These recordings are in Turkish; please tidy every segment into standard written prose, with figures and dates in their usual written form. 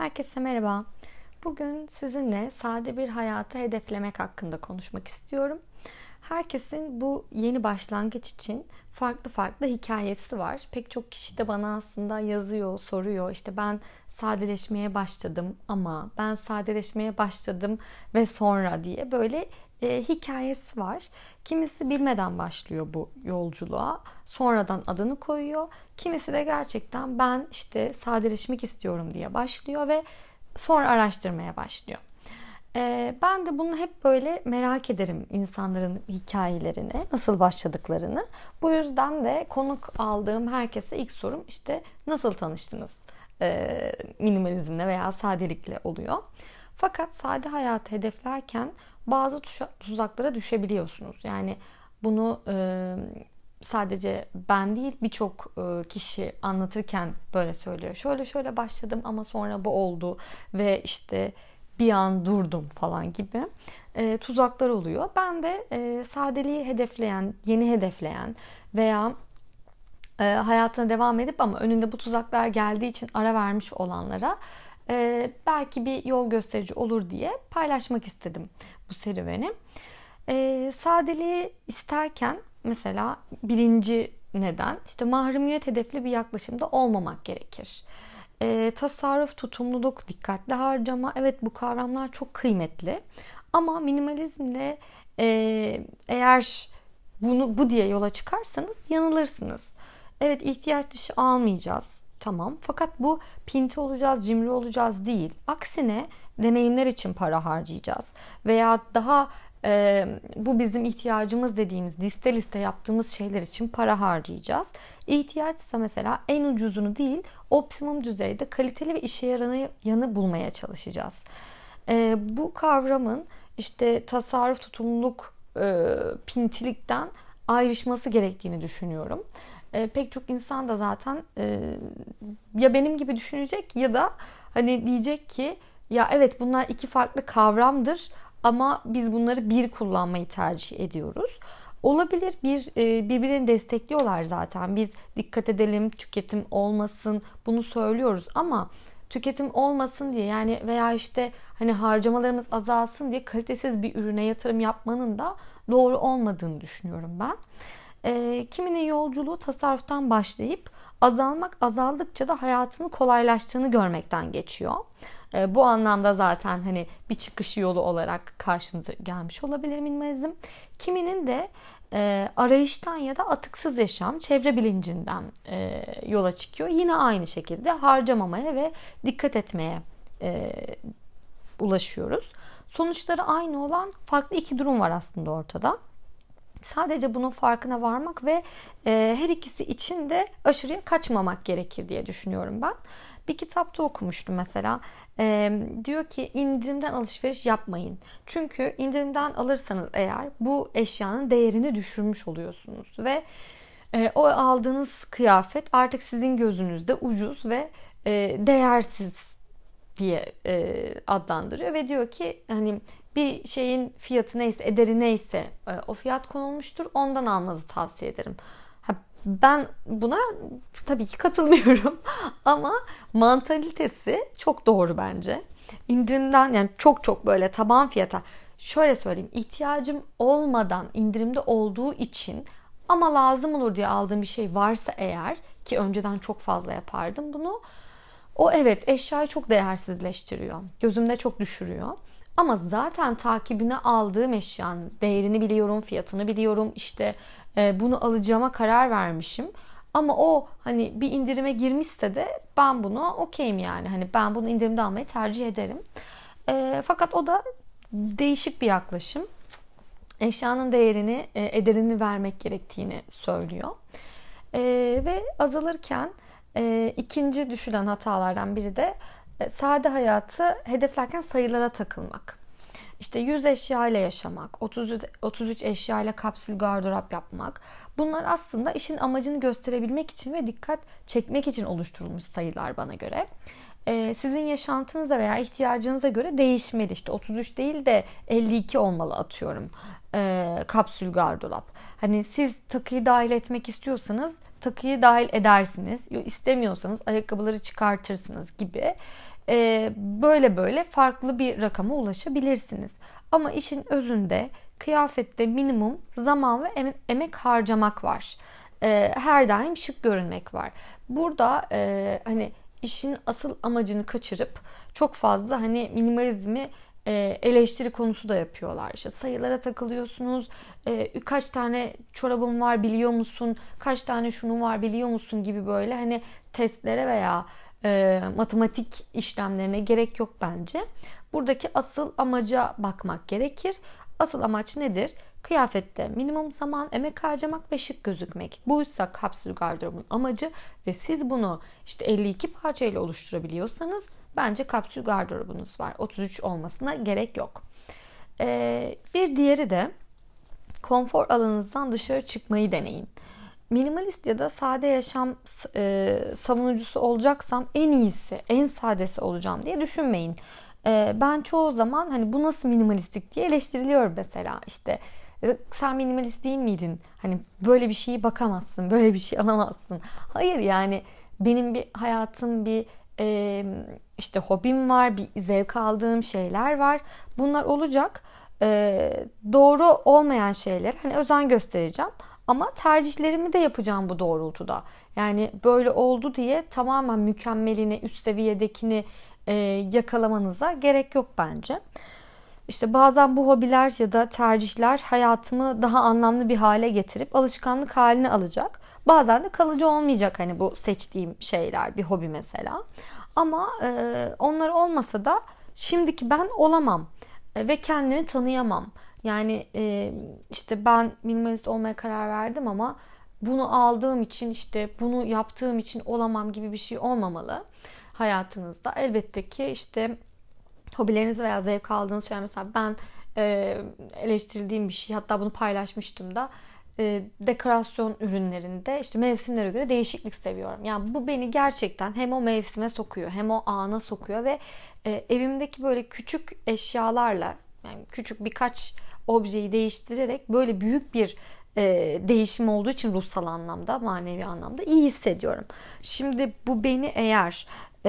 Herkese merhaba. Bugün sizinle sade bir hayatı hedeflemek hakkında konuşmak istiyorum. Herkesin bu yeni başlangıç için farklı farklı hikayesi var. Pek çok kişi de bana aslında yazıyor, soruyor. İşte ben sadeleşmeye başladım ama ben sadeleşmeye başladım ve sonra diye böyle hikayesi var. Kimisi bilmeden başlıyor bu yolculuğa. Sonradan adını koyuyor. Kimisi de gerçekten ben işte sadeleşmek istiyorum diye başlıyor ve sonra araştırmaya başlıyor. Ben de bunu hep böyle merak ederim, insanların hikayelerini, nasıl başladıklarını. Bu yüzden de konuk aldığım herkese ilk sorum işte nasıl tanıştınız? Minimalizmle veya sadelikle oluyor. Fakat sade hayatı hedeflerken bazı tuzaklara düşebiliyorsunuz. Yani bunu sadece ben değil birçok kişi anlatırken böyle söylüyor. Şöyle şöyle başladım ama sonra bu oldu ve işte bir an durdum falan gibi tuzaklar oluyor. Ben de sadeliği hedefleyen, yeni hedefleyen veya hayatına devam edip ama önünde bu tuzaklar geldiği için ara vermiş olanlara belki bir yol gösterici olur diye paylaşmak istedim bu serüveni. Sadeliği isterken mesela birinci neden işte mahremiyet hedefli bir yaklaşımda olmamak gerekir. Tasarruf, tutumluluk, dikkatli harcama, evet bu kavramlar çok kıymetli. Ama minimalizmle eğer bu diye yola çıkarsanız yanılırsınız. Evet, ihtiyaç dışı almayacağız. Tamam. Fakat bu pinti olacağız, cimri olacağız değil. Aksine deneyimler için para harcayacağız. Veya daha bu bizim ihtiyacımız dediğimiz liste liste yaptığımız şeyler için para harcayacağız. İhtiyaçsa mesela en ucuzunu değil, optimum düzeyde kaliteli ve işe yarayanı bulmaya çalışacağız. Bu kavramın işte tasarruf, tutumluluk, pintilikten ayrışması gerektiğini düşünüyorum. Pek çok insan da zaten ya benim gibi düşünecek ya da hani diyecek ki ya evet bunlar iki farklı kavramdır ama biz bunları bir kullanmayı tercih ediyoruz. Olabilir, birbirini destekliyorlar zaten. Biz dikkat edelim, tüketim olmasın bunu söylüyoruz ama tüketim olmasın diye yani veya işte hani harcamalarımız azalsın diye kalitesiz bir ürüne yatırım yapmanın da doğru olmadığını düşünüyorum ben. Kiminin yolculuğu tasarruftan başlayıp azaldıkça da hayatını kolaylaştığını görmekten geçiyor. Bu anlamda zaten hani bir çıkış yolu olarak karşınıza gelmiş olabilir minimalizm. Kiminin de arayıştan ya da atıksız yaşam, çevre bilincinden yola çıkıyor. Yine aynı şekilde harcamamaya ve dikkat etmeye ulaşıyoruz. Sonuçları aynı olan farklı iki durum var aslında ortada. Sadece bunun farkına varmak ve her ikisi için de aşırıya kaçmamak gerekir diye düşünüyorum ben. Bir kitapta okumuştum mesela. Diyor ki indirimden alışveriş yapmayın. Çünkü indirimden alırsanız eğer bu eşyanın değerini düşürmüş oluyorsunuz. Ve o aldığınız kıyafet artık sizin gözünüzde ucuz ve değersiz diye adlandırıyor. Ve diyor ki hani bir şeyin fiyatı neyse, ederi neyse o fiyat konulmuştur. Ondan almanızı tavsiye ederim. Ben buna tabii ki katılmıyorum. Ama mantalitesi çok doğru bence. İndirimden yani çok böyle taban fiyata. Şöyle söyleyeyim. İhtiyacım olmadan indirimde olduğu için ama lazım olur diye aldığım bir şey varsa eğer ki önceden çok fazla yapardım bunu. O evet eşyayı çok değersizleştiriyor. Gözümde çok düşürüyor. Ama zaten takibine aldığım eşyanın değerini biliyorum, fiyatını biliyorum. İşte bunu alacağıma karar vermişim. Ama o hani bir indirime girmişse de ben buna okeyim yani. Hani ben bunu indirimde almayı tercih ederim. Fakat o da değişik bir yaklaşım. Eşyanın değerini, ederini vermek gerektiğini söylüyor. Ve azalırken ikinci düşülen hatalardan biri de sade hayatı hedeflerken sayılara takılmak. İşte 100 eşya ile yaşamak, 33 eşya ile kapsül gardırop yapmak. Bunlar aslında işin amacını gösterebilmek için ve dikkat çekmek için oluşturulmuş sayılar bana göre. Sizin yaşantınıza veya ihtiyacınıza göre değişmeli. İşte 33 değil de 52 olmalı atıyorum kapsül gardırop. Hani siz takıyı dahil etmek istiyorsanız takıyı dahil edersiniz. İstemiyorsanız ayakkabıları çıkartırsınız gibi. böyle böyle farklı bir rakama ulaşabilirsiniz. Ama işin özünde kıyafette minimum zaman ve emek harcamak var. Her daim şık görünmek var. Burada hani işin asıl amacını kaçırıp çok fazla hani minimalizmi eleştiri konusu da yapıyorlar. İşte sayılara takılıyorsunuz. Kaç tane çorabın var biliyor musun? Kaç tane şunun var biliyor musun gibi böyle hani testlere veya matematik işlemlerine gerek yok bence. Buradaki asıl amaca bakmak gerekir. Asıl amaç nedir? Kıyafette minimum zaman, emek harcamak ve şık gözükmek. Buysa kapsül gardırobun amacı ve siz bunu işte 52 parçayla oluşturabiliyorsanız bence kapsül gardırobunuz var. 33 olmasına gerek yok. Bir diğeri de konfor alanınızdan dışarı çıkmayı deneyin. Minimalist ya da sade yaşam savunucusu olacaksam en iyisi, en sadesi olacağım diye düşünmeyin. Ben çoğu zaman hani bu nasıl minimalistik diye eleştiriliyorum mesela. İşte sen minimalist değil miydin? Hani böyle bir şeye bakamazsın, böyle bir şey alamazsın. Hayır, yani benim bir hayatım, bir işte hobim var, bir zevk aldığım şeyler var. Bunlar olacak. Doğru olmayan şeyler hani özen göstereceğim. Ama tercihlerimi de yapacağım bu doğrultuda. Yani böyle oldu diye tamamen mükemmelini, üst seviyedekini yakalamanıza gerek yok bence. İşte bazen bu hobiler ya da tercihler hayatımı daha anlamlı bir hale getirip alışkanlık haline alacak. Bazen de kalıcı olmayacak hani bu seçtiğim şeyler, bir hobi mesela. Ama onlar olmasa da şimdiki ben olamam ve kendimi tanıyamam. Yani işte ben minimalist olmaya karar verdim ama bunu aldığım için, işte bunu yaptığım için olamam gibi bir şey olmamalı hayatınızda. Elbette ki işte hobileriniz veya zevk aldığınız şey, mesela ben eleştirildiğim bir şey, hatta bunu paylaşmıştım da, dekorasyon ürünlerinde işte mevsimlere göre değişiklik seviyorum. Yani bu beni gerçekten hem o mevsime sokuyor hem o ana sokuyor ve evimdeki böyle küçük eşyalarla, yani küçük birkaç objeyi değiştirerek böyle büyük bir değişim olduğu için ruhsal anlamda, manevi anlamda iyi hissediyorum. Şimdi bu beni eğer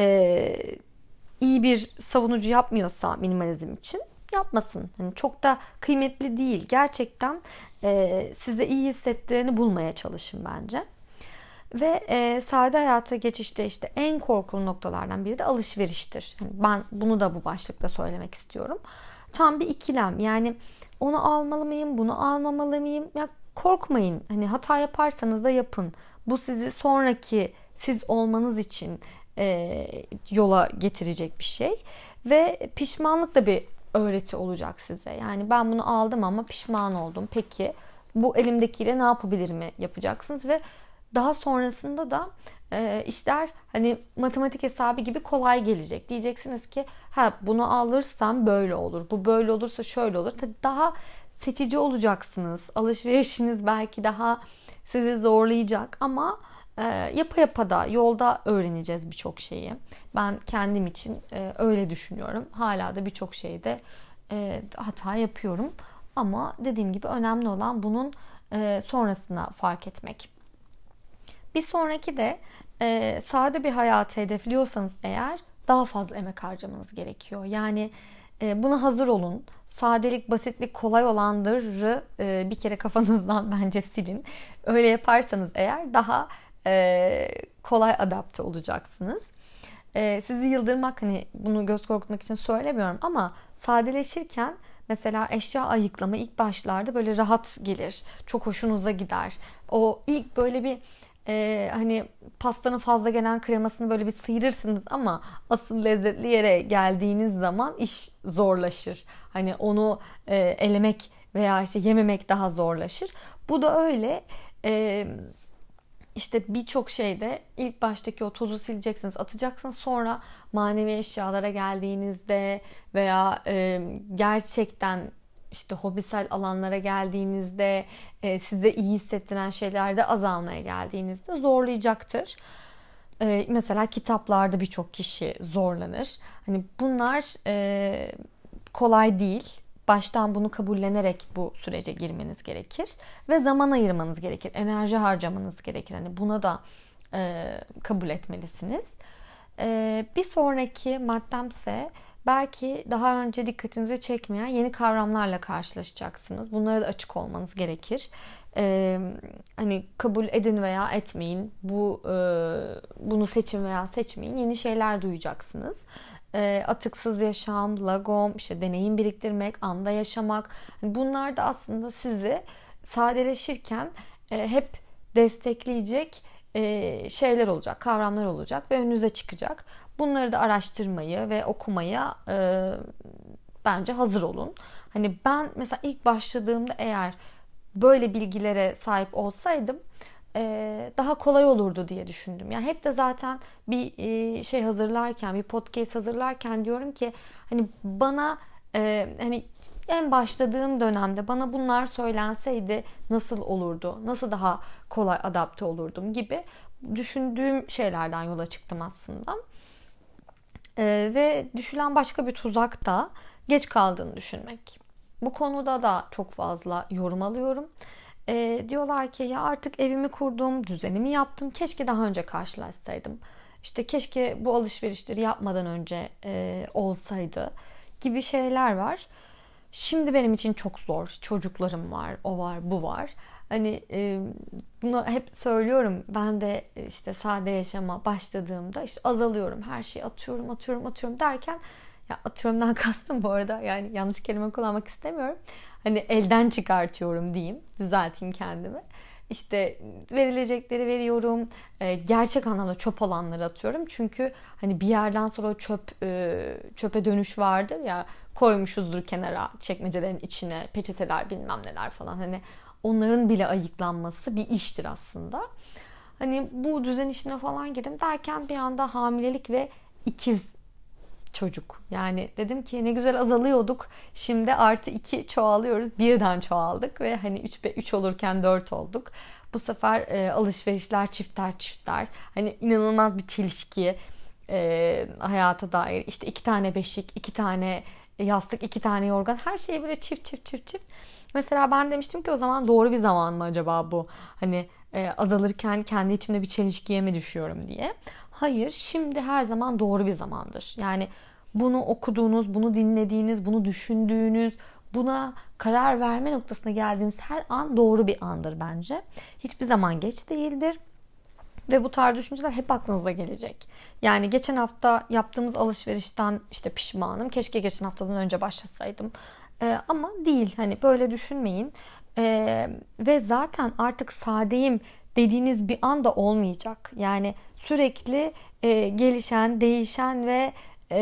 iyi bir savunucu yapmıyorsa minimalizm için, yapmasın. Yani çok da kıymetli değil. Gerçekten size iyi hissettireni bulmaya çalışın bence. Ve sade hayata geçişte işte en korkulu noktalardan biri de alışveriştir. Yani ben bunu da bu başlıkta söylemek istiyorum. Tam bir ikilem. Yani onu almalı mıyım, bunu almamalı mıyım? Ya korkmayın. Hani hata yaparsanız da yapın. Bu sizi sonraki siz olmanız için yola getirecek bir şey. Ve pişmanlık da bir öğreti olacak size. Yani ben bunu aldım ama pişman oldum. Peki bu elimdekiyle ne yapabilirim yapacaksınız ve daha sonrasında da işler hani matematik hesabı gibi kolay gelecek. Diyeceksiniz ki ha, bunu alırsam böyle olur. Bu böyle olursa şöyle olur. Daha seçici olacaksınız. Alışverişiniz belki daha sizi zorlayacak ama yapa yapa da yolda öğreneceğiz birçok şeyi. Ben kendim için öyle düşünüyorum. Hala da birçok şeyde hata yapıyorum. Ama dediğim gibi önemli olan bunun sonrasına fark etmek. Bir sonraki de sade bir hayatı hedefliyorsanız eğer daha fazla emek harcamanız gerekiyor. Yani buna hazır olun. Sadelik, basitlik, kolay olanları bir kere kafanızdan bence silin. Öyle yaparsanız eğer daha kolay adapte olacaksınız. Sizi yıldırmak, hani bunu göz korkutmak için söylemiyorum ama sadeleşirken mesela eşya ayıklama ilk başlarda böyle rahat gelir. Çok hoşunuza gider. O ilk böyle bir hani pastanın fazla gelen kremasını böyle bir sıyırırsınız ama asıl lezzetli yere geldiğiniz zaman iş zorlaşır. Hani onu elemek veya işte yememek daha zorlaşır. Bu da öyle. İşte birçok şeyde ilk baştaki o tozu sileceksiniz, atacaksınız. Sonra manevi eşyalara geldiğinizde veya gerçekten işte hobisel alanlara geldiğinizde, size iyi hissettiren şeylerde azalmaya geldiğinizde zorlayacaktır. Mesela kitaplarda birçok kişi zorlanır. Hani bunlar kolay değil. Baştan bunu kabullenerek bu sürece girmeniz gerekir ve zaman ayırmanız gerekir, enerji harcamanız gerekir. Hani buna da kabul etmelisiniz. Bir sonraki maddemse belki daha önce dikkatinizi çekmeyen yeni kavramlarla karşılaşacaksınız. Bunlara da açık olmanız gerekir. Hani kabul edin veya etmeyin, bunu seçin veya seçmeyin, yeni şeyler duyacaksınız. Atıksız yaşam, lagom, işte deneyim biriktirmek, anda yaşamak. Bunlar da aslında sizi sadeleşirken hep destekleyecek şeyler olacak, kavramlar olacak ve önünüze çıkacak. Bunları da araştırmayı ve okumaya bence hazır olun. Hani ben mesela ilk başladığımda eğer böyle bilgilere sahip olsaydım daha kolay olurdu diye düşündüm. Yani hep de zaten bir şey hazırlarken, bir podcast hazırlarken diyorum ki hani bana hani en başladığım dönemde bana bunlar söylenseydi nasıl olurdu? Nasıl daha kolay adapte olurdum gibi düşündüğüm şeylerden yola çıktım aslında. Ve düşülen başka bir tuzak da geç kaldığını düşünmek. Bu konuda da çok fazla yorum alıyorum. Diyorlar ki ya artık evimi kurdum, düzenimi yaptım. Keşke daha önce karşılaşsaydım. İşte keşke bu alışverişleri yapmadan önce olsaydı gibi şeyler var. Şimdi benim için çok zor. Çocuklarım var, o var, bu var. Hani bunu hep söylüyorum. Ben de işte sade yaşama başladığımda işte azalıyorum. Her şeyi atıyorum derken ya atıyorumdan kastım bu arada. Yani yanlış kelime kullanmak istemiyorum. Hani elden çıkartıyorum diyeyim. Düzelteyim kendimi. İşte verilecekleri veriyorum. Gerçek anlamda çöp olanları atıyorum. Çünkü hani bir yerden sonra o çöpe dönüş vardır ya, koymuşuzdur kenara, çekmecelerin içine peçeteler bilmem neler falan, hani onların bile ayıklanması bir iştir aslında. Hani bu düzen işine falan girdim derken bir anda hamilelik ve ikiz çocuk. Yani dedim ki ne güzel azalıyorduk. Şimdi artı 2 çoğalıyoruz. Birden çoğaldık ve hani 3 olurken 4 olduk. Bu sefer alışverişler çifter. Hani inanılmaz bir çelişki hayata dair. İşte 2 tane beşik, 2 tane yastık, 2 tane yorgan. Her şey böyle çift. Mesela ben demiştim ki o zaman doğru bir zaman mı acaba bu? Hani azalırken kendi içimde bir çelişkiye mi düşüyorum diye. Hayır, şimdi her zaman doğru bir zamandır. Yani bunu okuduğunuz, bunu dinlediğiniz, bunu düşündüğünüz, buna karar verme noktasına geldiğiniz her an doğru bir andır bence. Hiçbir zaman geç değildir. Ve bu tarz düşünceler hep aklınıza gelecek. Yani geçen hafta yaptığımız alışverişten işte pişmanım. Keşke geçen haftadan önce başlasaydım. Ama değil. Hani böyle düşünmeyin. Ve zaten artık sadeyim dediğiniz bir anda olmayacak. Yani sürekli gelişen, değişen ve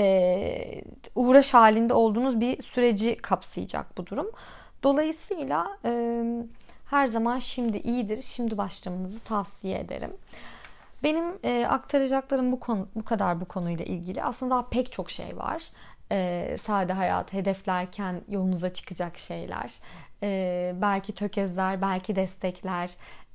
uğraş halinde olduğunuz bir süreci kapsayacak bu durum. Dolayısıyla her zaman şimdi iyidir. Şimdi başlamanızı tavsiye ederim. Benim aktaracaklarım bu kadar bu konuyla ilgili. Aslında daha pek çok şey var. Sade hayatı hedeflerken yolunuza çıkacak şeyler. Belki tökezler, belki destekler,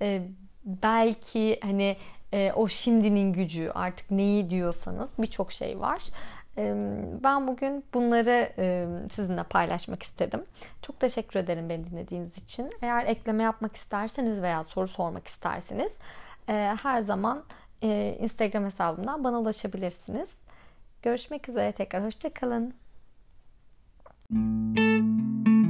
belki hani o şimdinin gücü, artık neyi diyorsanız birçok şey var. Ben bugün bunları sizinle paylaşmak istedim. Çok teşekkür ederim beni dinlediğiniz için. Eğer ekleme yapmak isterseniz veya soru sormak isterseniz her zaman Instagram hesabımdan bana ulaşabilirsiniz. Görüşmek üzere tekrar. Hoşça kalın.